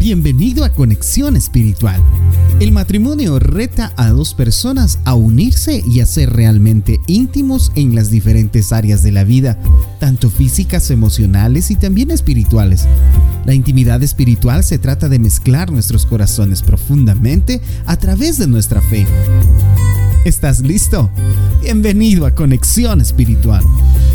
Bienvenido a Conexión Espiritual. El matrimonio reta a dos personas a unirse y a ser realmente íntimos en las diferentes áreas de la vida, tanto físicas, emocionales y también espirituales. La intimidad espiritual se trata de mezclar nuestros corazones profundamente a través de nuestra fe. ¿Estás listo? Bienvenido a Conexión Espiritual.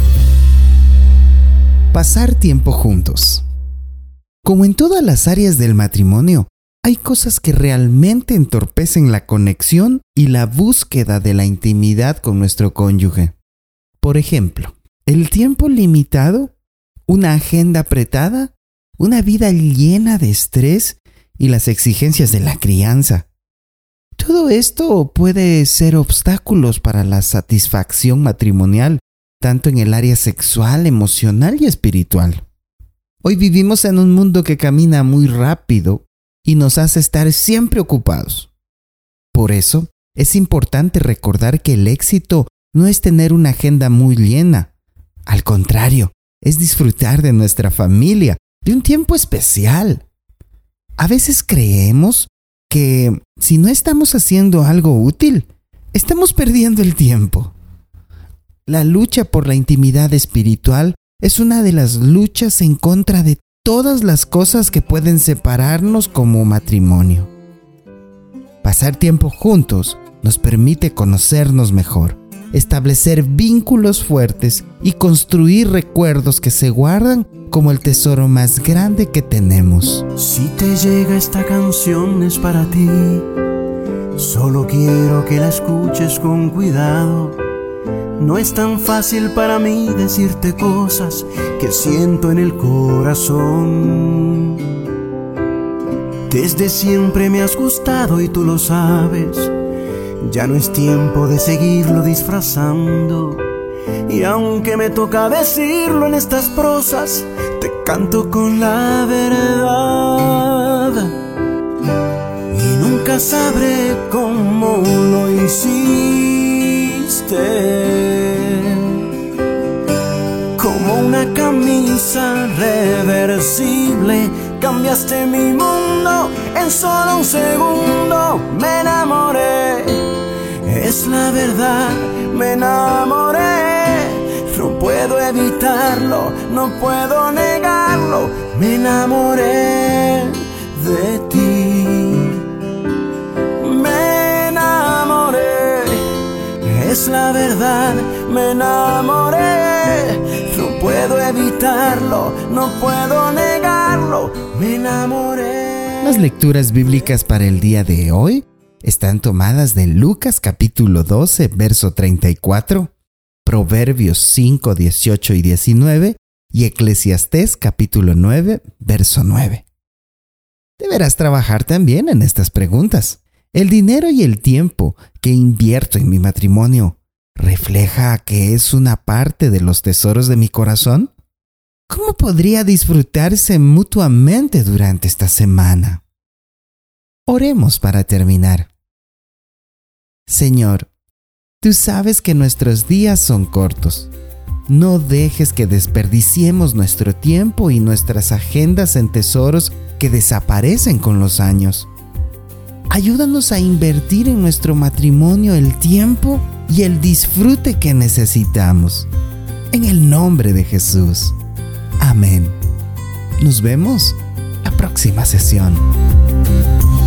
Pasar tiempo juntos. Como en todas las áreas del matrimonio, hay cosas que realmente entorpecen la conexión y la búsqueda de la intimidad con nuestro cónyuge. Por ejemplo, el tiempo limitado, una agenda apretada, una vida llena de estrés y las exigencias de la crianza. Todo esto puede ser obstáculos para la satisfacción matrimonial, tanto en el área sexual, emocional y espiritual. Hoy vivimos en un mundo que camina muy rápido y nos hace estar siempre ocupados. Por eso, es importante recordar que el éxito no es tener una agenda muy llena. Al contrario, es disfrutar de nuestra familia, de un tiempo especial. A veces creemos que si no estamos haciendo algo útil, estamos perdiendo el tiempo. La lucha por la intimidad espiritual es una de las luchas en contra de todas las cosas que pueden separarnos como matrimonio. Pasar tiempo juntos nos permite conocernos mejor, establecer vínculos fuertes y construir recuerdos que se guardan como el tesoro más grande que tenemos. Si te llega esta canción es para ti, solo quiero que la escuches con cuidado. No es tan fácil para mí decirte cosas que siento en el corazón. Desde siempre me has gustado y tú lo sabes. Ya no es tiempo de seguirlo disfrazando. Y aunque me toca decirlo en estas prosas, te canto con la verdad. Y nunca sabré cómo lo hiciste. Como una camisa reversible, cambiaste mi mundo en solo un segundo. Me enamoré, es la verdad, me enamoré. No puedo evitarlo, no puedo negarlo. Me enamoré de ti. Me enamoré, es la verdad, me enamoré. No puedo evitarlo, no puedo negarlo. Me enamoré. Las lecturas bíblicas para el día de hoy están tomadas de Lucas capítulo 12, verso 34, Proverbios 5, 18 y 19 y Eclesiastés capítulo 9, verso 9. Deberás trabajar también en estas preguntas. ¿El dinero y el tiempo que invierto en mi matrimonio refleja que es una parte de los tesoros de mi corazón? ¿Cómo podría disfrutarse mutuamente durante esta semana? Oremos para terminar. Señor, tú sabes que nuestros días son cortos. No dejes que desperdiciemos nuestro tiempo y nuestras agendas en tesoros que desaparecen con los años. Ayúdanos a invertir en nuestro matrimonio el tiempo y el disfrute que necesitamos. En el nombre de Jesús. Amén. Nos vemos la próxima sesión.